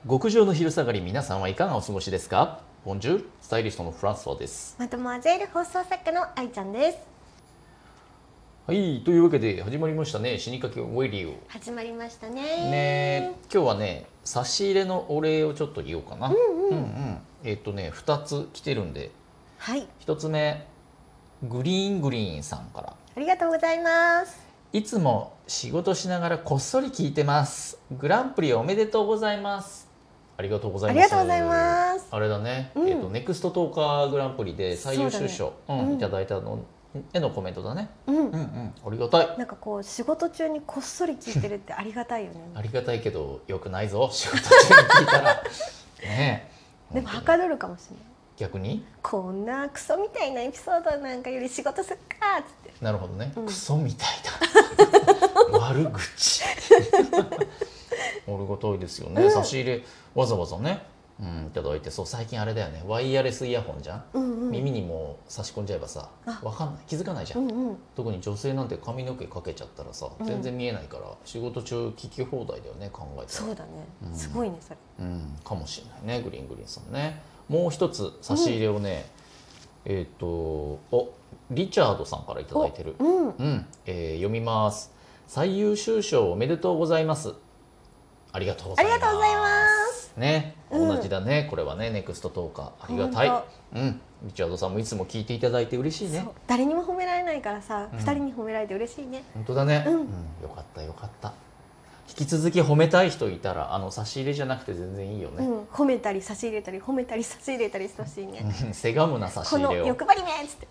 極上の昼下がり、皆さんはいかがお過ごしですか？ボンジュール、スタイリストのフランソワです。 マドモアゼール放送作家の愛ちゃんです。 はい、というわけで始まりましたね、死にかけウェディオ。 始まりましたね。 ね、今日はね、差し入れのお礼をちょっと言おうかな。2つ来てるんで、 はい、 1つ目、グリーンさんから。 ありがとうございます。 いつも仕事しながらこっそり聞いてます。グランプリおめでとうございます。ありがとうございます。 ありがとうございます。 あれだね、ネクストトーカーグランプリで最優秀賞、いただいたのへのコメントだね。ありがたい。 なんかこう仕事中にこっそり聞いてるってありがたいよね。 ありがたいけどよくないぞ、仕事中に聞いたらねえ。でもはかどるかもしれない。 逆にこんなクソみたいなエピソードなんかより仕事すっかっつって。 なるほどね、クソみたいだ悪口ありがたいですよね、差し入れわざわざね、いただいて。そう、最近あれだよね、ワイヤレスイヤホンじゃん、耳にも差し込んじゃえばさ、わかんない、気づかないじゃん、特に女性なんて髪の毛かけちゃったらさ、全然見えないから、仕事中聞き放題だよね、考えたら。 そうだね、すごいねそれ。 かもしれないね、グリーンさんね。もう一つ差し入れをね、リチャードさんからいただいてる。読みます。最優秀賞おめでとうございます。ありがとうございます。 ありがとうございますね、同じだね、これはね、ネクストトーカー、ありがたい。リチャードさんもいつも聞いていただいて嬉しいね。 誰にも褒められないからさ、2人に褒められて嬉しいね。 本当だね。よかったよかった。引き続き褒めたい人いたら、差し入れじゃなくて全然いいよね。 褒めたり差し入れたり褒めたり差し入れたりしてほしいね。 せがむな差し入れを。 この欲張りめっつって。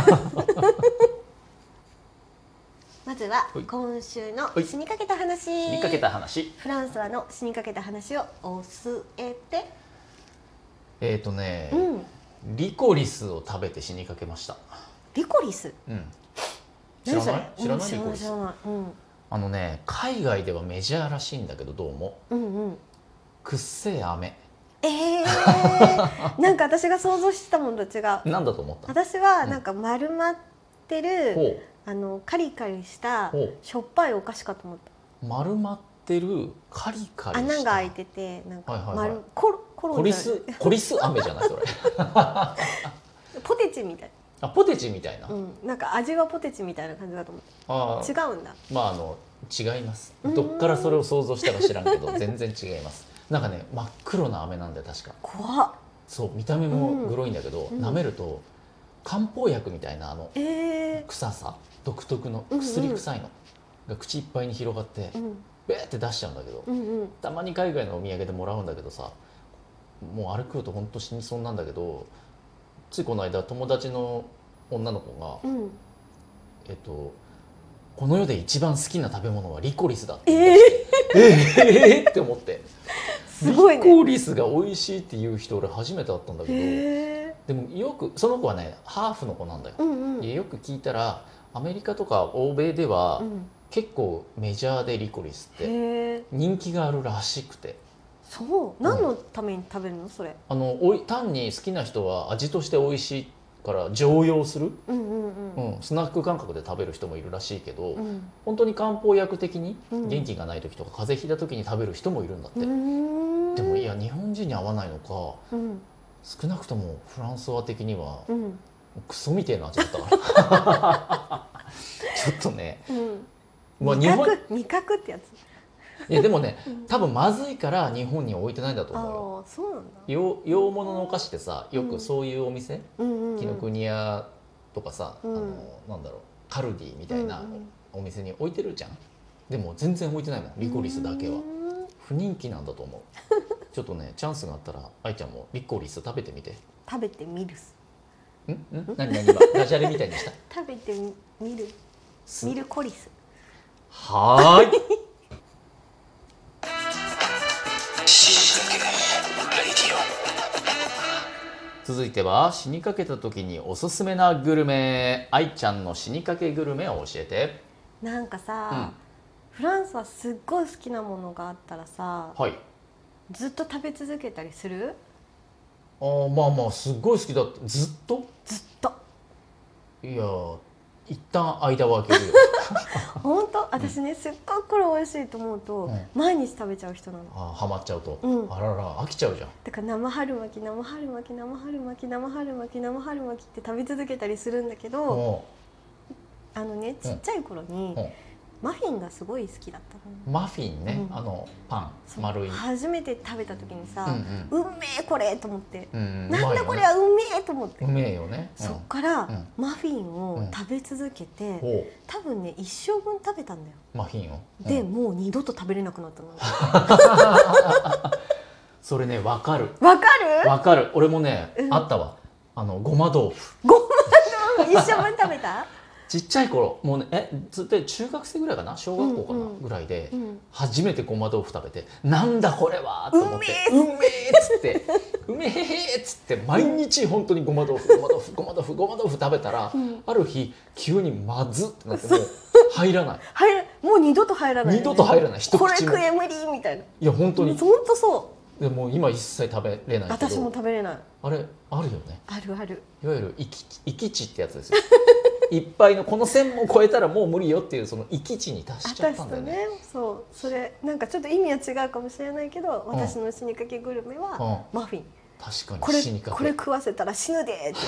まずは今週の死にかけた話。 死にかけた話。 フランスワの死にかけた話を教えて。 リコリスを食べて死にかけました。 リコリス？ 知らない？知らない？リコリス。 知らない。 海外ではメジャーらしいんだけど、どうもくっせえ飴。 なんか私が想像してたものと違う。 なんだと思った？ 私はなんか丸まってる、カリカリしたしょっぱいお菓子かと思った。 丸まってるカリカリした穴が開いてて、なんかコリス飴じゃないそれポテチみたい。 ポテチみたいな、 なんか味はポテチみたいな感じだと思った。違うんだ。 違います。どっからそれを想像したか知らんけど全然違います。なんかね、真っ黒な飴なんだよ確か。 怖っ。 そう、見た目もグロいんだけど、舐めると漢方薬みたいな臭さ、独特の薬臭いのが口いっぱいに広がって、ベーって出しちゃうんだけど、たまに海外のお土産でもらうんだけどさ、もうあれ食うと本当死にそうなんだけど、ついこの間友達の女の子が、この世で一番好きな食べ物はリコリスだって言い出して、って思って。 すごいね。 リコリスが美味しいっていう人俺初めて会ったんだけど、でもよくその子はねハーフの子なんだよ。よく聞いたらアメリカとか欧米では、結構メジャーでリコリスって人気があるらしくて。 そう、何のために食べるのそれ？ 単に好きな人は味として美味しいから常用する、スナック感覚で食べる人もいるらしいけど、本当に漢方薬的に元気がない時とか風邪ひいた時に食べる人もいるんだって。でもいや、日本人に合わないのか、少なくともフランスは的には、クソみてえな味だったからちょっとね、 味覚ってやつ。 いやでもね、多分まずいから日本に置いてないんだと思うよ。 そうなんだ。 洋物のお菓子ってさ、よくそういうお店、紀ノ国屋とかさ、なんだろう、カルディみたいなお店に置いてるじゃん。でも全然置いてないもん、リコリスだけは。不人気なんだと思う。ちょっとね、チャンスがあったら愛ちゃんもリコリス食べてみて。 食べてみる。 何今ダジャレみたいにした。 食べてみる。ミルコリス。 はーい。続いては死にかけた時におすすめなグルメ。愛ちゃんの死にかけグルメを教えて。 なんかさ、フランスはすっごい好きなものがあったらさ、ずっと食べ続けたりする？ すっごい好きだって。ずっとずっと。 いや、一旦間を空けるよ本当私ねすっごいこれ美味しいと思うと、毎日食べちゃう人なの。 ハマっちゃうと、あらら飽きちゃうじゃん。 だから生春巻き生春巻き生春巻き生春巻き生春巻きって食べ続けたりするんだけど、ちっちゃい頃にマフィンがすごい好きだったの。マフィンね、パン丸い。 初めて食べた時にさ、うんめえこれと思って、なんだこれはうめえと思って。 うめえよね。 そっからマフィンを食べ続けて、多分ね一生分食べたんだよ。 マフィンを。 でもう二度と食べれなくなったの。 それねわかる。 わかる？ わかる。俺もねあったわ。ごま豆腐。 ごま豆腐一生分食べた？ ちっちゃい頃もうね中学生ぐらいかな小学校かな、ぐらいで、初めてごま豆腐食べてなんだこれはと思ってうめえっつってうめへへっつって毎日本当にごま豆腐食べたら、ある日急にまずってなってもう入らないもう二度と入らない、 二度と入らない一口もこれ食え無理みたいな。 いや本当に本当そうでも今一切食べれないけど私も食べれない。 あれあるよね。 あるある。 いわゆる生き地ってやつですよいっぱいのこの線も超えたらもう無理よっていうその生き地に達しちゃったんだよね。 そうそれなんかちょっと意味は違うかもしれないけど、私の死にかけグルメはマフィン。 確かに死にかけこれ食わせたら死ぬでってや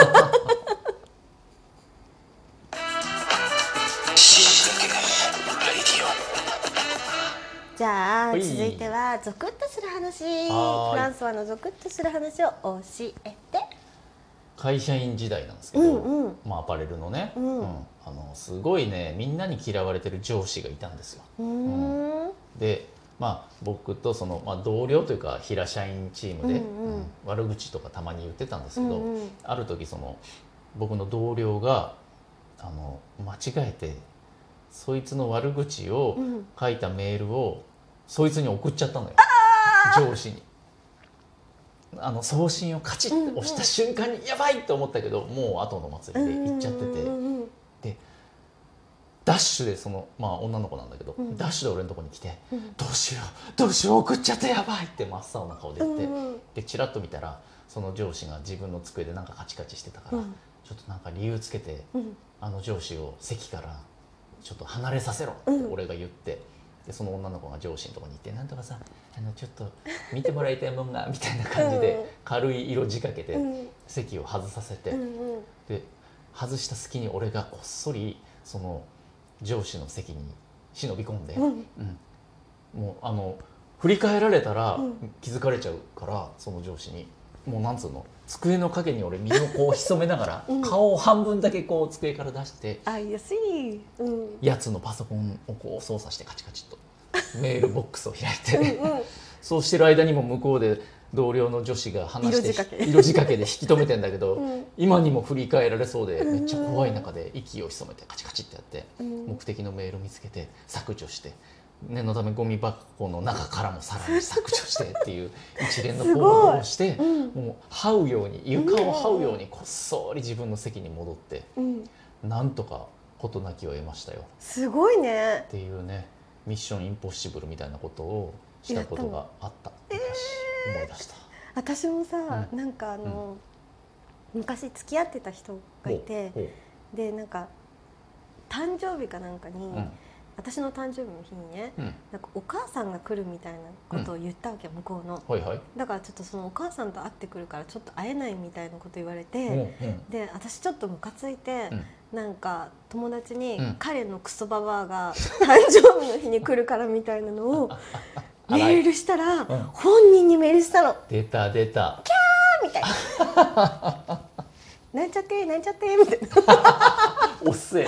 つ。じゃあ続いてはゾクッとする話。フランソワのゾクッとする話を教えて。 会社員時代なんですけど、アパレルのね、すごいねみんなに嫌われてる上司がいたんですよ。で僕とその、同僚というか平社員チームで、悪口とかたまに言ってたんですけど、ある時その僕の同僚が間違えてそいつの悪口を書いたメールをそいつに送っちゃったのよ、上司に。送信をカチッて押した瞬間にやばいと思ったけど、もう後の祭りで行っちゃってて、でダッシュでその女の子なんだけど、ダッシュで俺のとこに来て、どうしよう送っちゃってやばいって真っ青な顔で言って、でチラッと見たらその上司が自分の机でなんかカチカチしてたから、ちょっとなんか理由つけて、上司を席からちょっと離れさせろって俺が言って、でその女の子が上司のとこに行って「なんとかさちょっと見てもらいたいもんが」みたいな感じで軽い色仕掛けて席を外させて、で外した隙に俺がこっそりその上司の席に忍び込んで、もう振り返られたら気づかれちゃうから、その上司にもうなんつうの机の陰に俺身をこう潜めながら顔を半分だけこう机から出して、やつのパソコンをこう操作してカチカチとメールボックスを開いてそうしてる間にも向こうで同僚の女子が話して色仕掛けで引き止めてんだけど、今にも振り返られそうでめっちゃ怖い中で息を潜めてカチカチってやって、目的のメール見つけて削除して、念のためゴミ箱の中からもさらに削除してっていう一連の行動をして、もう這うように床を這うようにこっそり自分の席に戻って、なんとか事なきを得ましたよ。 すごいねっていうね、ミッションインポッシブルみたいなことをしたことがあった昔、思い出した。 私もさ、なんか昔付き合ってた人がいて、でなんか誕生日かなんかに、私の誕生日の日にね、なんかお母さんが来るみたいなことを言ったわけよ、向こうの。だからちょっとそのお母さんと会ってくるからちょっと会えないみたいなこと言われて、で私ちょっとムカついて、なんか友達に彼のクソババアが誕生日の日に来るからみたいなのをメールしたら、本人にメールしたの。 出たキャーみたいな泣いちゃってみたいな遅い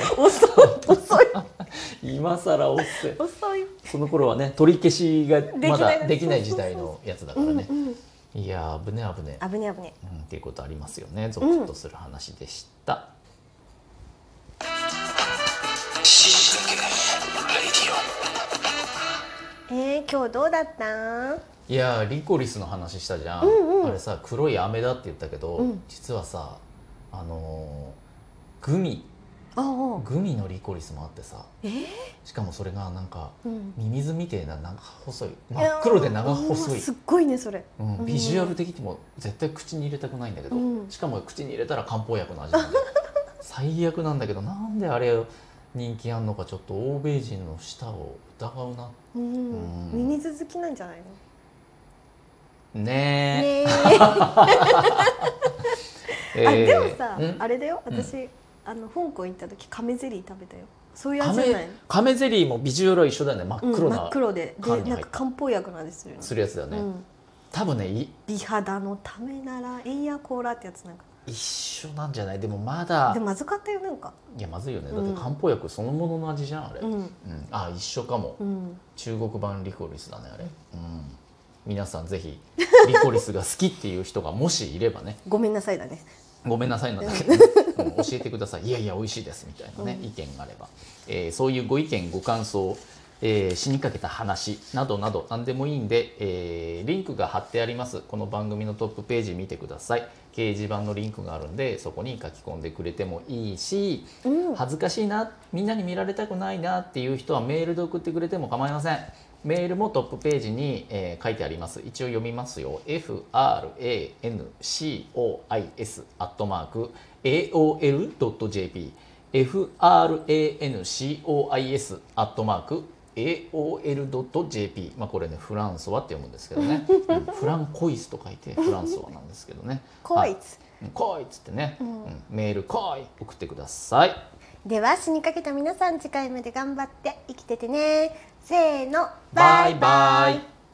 今更遅い。その頃はね取り消しがまだできない時代のやつだからね。いや危ねっていうことありますよね。ゾクッとする話でした。 今日どうだった？ いやリコリスの話したじゃん。あれさ黒い飴だって言ったけど、実はさグミのリコリスもあってさ、しかもそれがなんかミミズみたいな長細い真っ黒で長細い、 すっごいねそれ、 ビジュアル的にも絶対口に入れたくないんだけど、しかも口に入れたら漢方薬の味なんで最悪なんだけど、なんであれ人気あんのかちょっと欧米人の舌を疑うな。 ミミズ好きなんじゃないの？ ねえ。でもさ、あれだよ、私香港行った時亀ゼリー食べたよ。そういう味じゃないの？ 亀ゼリーもビジュアルは一緒だよね。真っ黒な、 真っ黒でなんか漢方薬の味するの。 するやつだよね。多分ね、 美肌のためならエンヤコーラってやつなんか一緒なんじゃない？でもまだでもまずかったよなんか。 いやまずいよね。だって漢方薬そのものの味じゃんあれ。あ、一緒かも。中国版リコリスだねあれ。皆さんぜひリコリスが好きっていう人がもしいればね、 ごめんなさいだね。 ごめんなさいなんだけど、ね、教えてください。いやいや美味しいですみたいなね、意見があれば、そういうご意見ご感想、死にかけた話などなど何でもいいんで、リンクが貼ってあります。この番組のトップページ見てください。掲示板のリンクがあるんでそこに書き込んでくれてもいいし、恥ずかしいな、みんなに見られたくないなっていう人はメールで送ってくれても構いません。メールもトップページに、書いてあります。一応読みますよ。francois@aol.jp francois@aol.jp まあこれねフランソワって読むんですけどね、フランコイスと書いてフランソワなんですけどねコイツコイツってね、メールコイ送ってください。 では死にかけた皆さん、次回まで頑張って生きててね。せーの、 バイバイ。